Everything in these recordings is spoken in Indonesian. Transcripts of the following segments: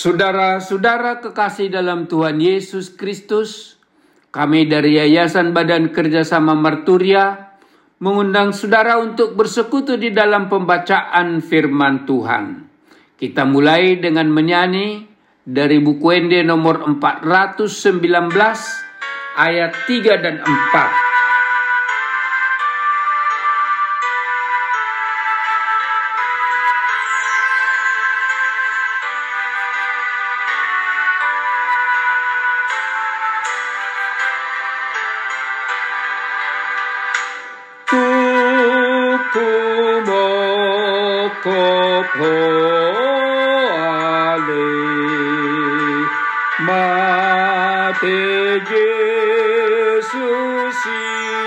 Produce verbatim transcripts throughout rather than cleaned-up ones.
Saudara-saudara kekasih dalam Tuhan Yesus Kristus, kami dari Yayasan Badan Kerjasama Marturia mengundang saudara untuk bersekutu di dalam pembacaan firman Tuhan. Kita mulai dengan menyanyi dari buku Ende nomor empat ratus sembilan belas ayat tiga dan empat. Mate Jesusi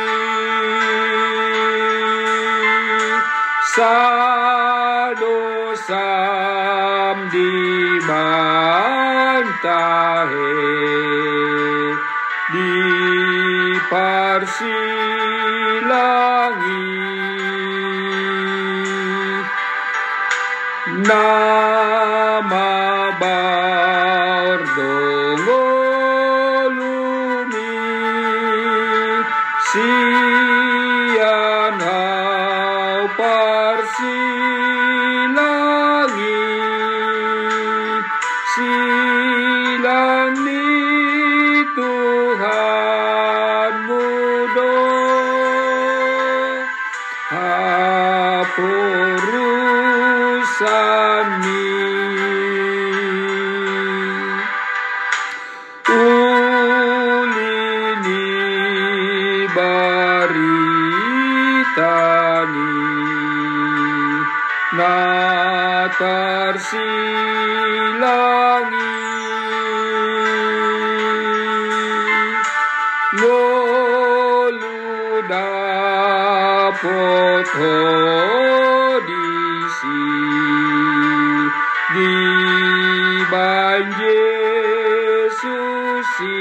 sadosam dibantahe di parsilangi nama bardongolumi sian hau parsilangi silangi Tuhan mudo haporusani ulini baritani natarsilangi ngoluda pothodisi di banjir Yesusi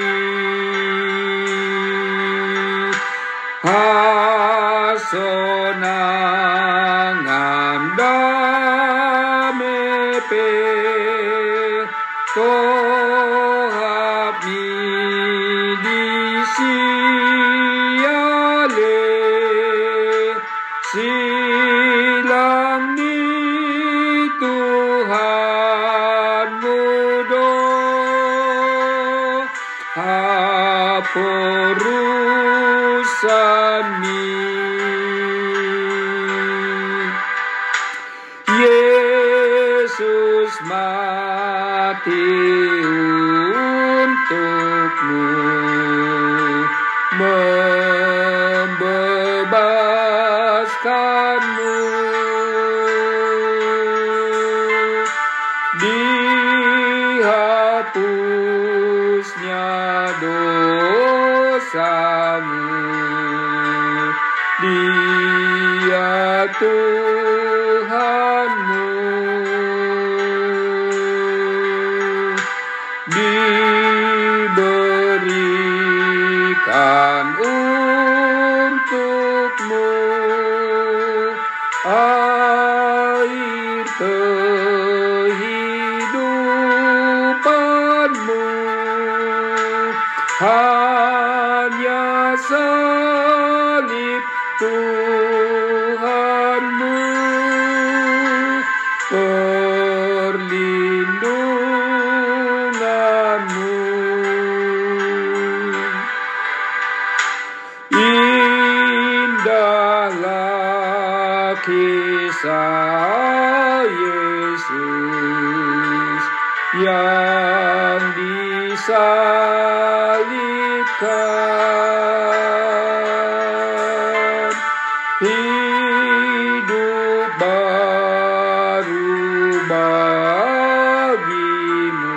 hasonangan damepe tohapni disiale silang ni Tuhan mudo haporusani Yesus mati untukmu membebaskanmu dihapusnya dosamu Dia Tuhanmu diberikan untukmu air kehidupanmu hanya salib Tuhanmu perlindunganmu indahlah kisah Yesus yang disalibkan hidup baru bagimu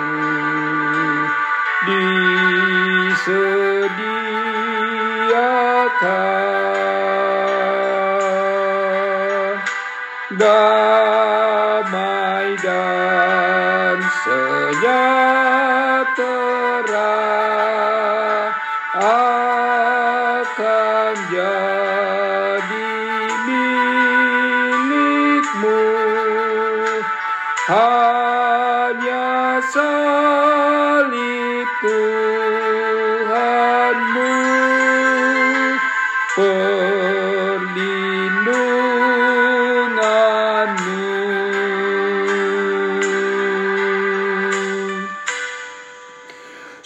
disediakan damai dan sejahtera akan jadi milikmu hanya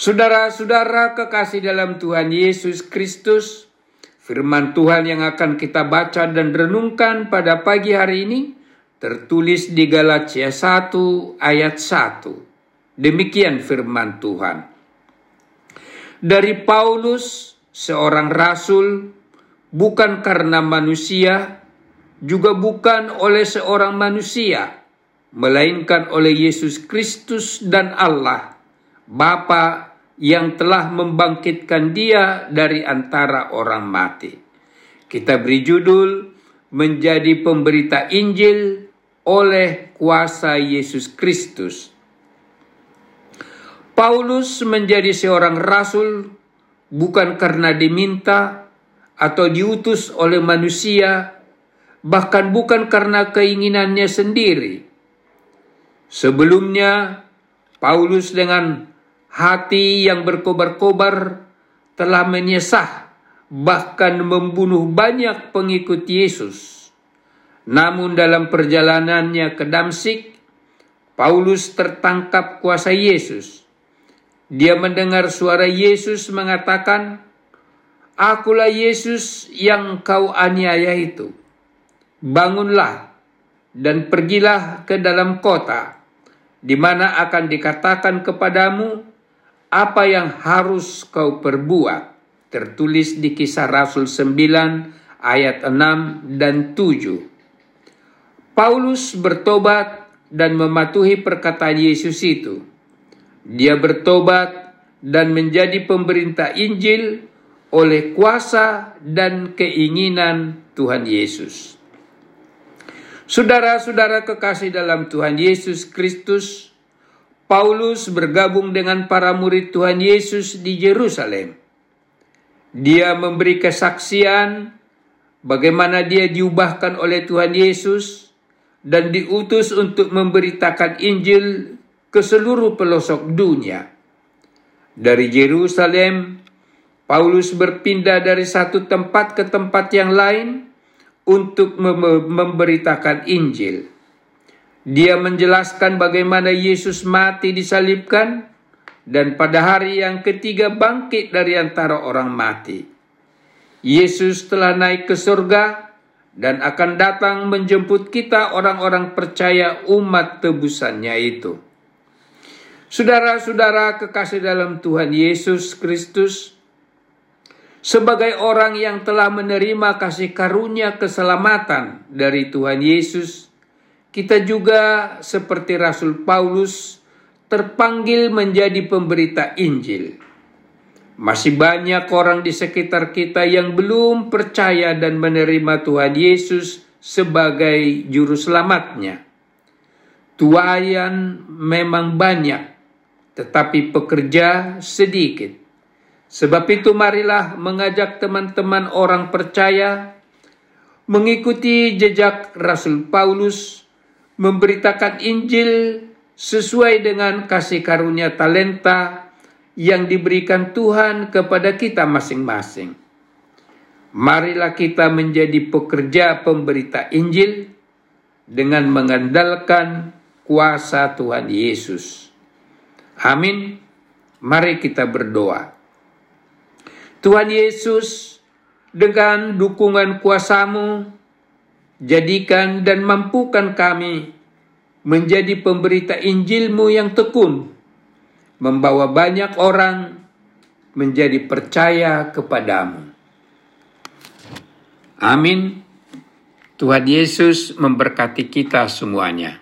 Saudara-saudara kekasih dalam Tuhan Yesus Kristus, firman Tuhan yang akan kita baca dan renungkan pada pagi hari ini tertulis di Galatia satu ayat satu. Demikian firman Tuhan. Dari Paulus, seorang rasul, bukan karena manusia, juga bukan oleh seorang manusia, melainkan oleh Yesus Kristus dan Allah, Bapa yang telah membangkitkan Dia dari antara orang mati. Kita beri judul, menjadi pemberita Injil oleh kuasa Yesus Kristus. Paulus menjadi seorang rasul bukan karena diminta atau diutus oleh manusia, bahkan bukan karena keinginannya sendiri. Sebelumnya, Paulus dengan hati yang berkobar-kobar telah menyesah, bahkan membunuh banyak pengikut Yesus. Namun dalam perjalanannya ke Damsyik, Paulus tertangkap kuasa Yesus. Dia mendengar suara Yesus mengatakan, "Akulah Yesus yang kau aniaya itu. Bangunlah dan pergilah ke dalam kota, di mana akan dikatakan kepadamu apa yang harus kau perbuat." Tertulis di Kisah Rasul sembilan ayat enam dan tujuh. Paulus bertobat dan mematuhi perkataan Yesus itu. Dia bertobat dan menjadi pemberita Injil oleh kuasa dan keinginan Tuhan Yesus. Saudara-saudara kekasih dalam Tuhan Yesus Kristus, Paulus bergabung dengan para murid Tuhan Yesus di Yerusalem. Dia memberi kesaksian bagaimana dia diubahkan oleh Tuhan Yesus dan diutus untuk memberitakan Injil ke seluruh pelosok dunia. Dari Yerusalem, Paulus berpindah dari satu tempat ke tempat yang lain untuk mem- memberitakan Injil. Dia menjelaskan bagaimana Yesus mati disalibkan dan pada hari yang ketiga bangkit dari antara orang mati. Yesus telah naik ke surga dan akan datang menjemput kita orang-orang percaya umat tebusannya itu. Saudara-saudara kekasih dalam Tuhan Yesus Kristus, sebagai orang yang telah menerima kasih karunia keselamatan dari Tuhan Yesus, kita juga seperti Rasul Paulus terpanggil menjadi pemberita Injil. Masih banyak orang di sekitar kita yang belum percaya dan menerima Tuhan Yesus sebagai juru selamatnya. Tuayan memang banyak, tetapi pekerja sedikit. Sebab itu marilah mengajak teman-teman orang percaya mengikuti jejak Rasul Paulus, memberitakan Injil sesuai dengan kasih karunia talenta yang diberikan Tuhan kepada kita masing-masing. Marilah kita menjadi pekerja pemberita Injil dengan mengandalkan kuasa Tuhan Yesus. Amin. Mari kita berdoa. Tuhan Yesus, dengan dukungan kuasa-Mu, jadikan dan mampukan kami menjadi pemberita Injil-Mu yang tekun, membawa banyak orang menjadi percaya kepadamu. Amin. Tuhan Yesus memberkati kita semuanya.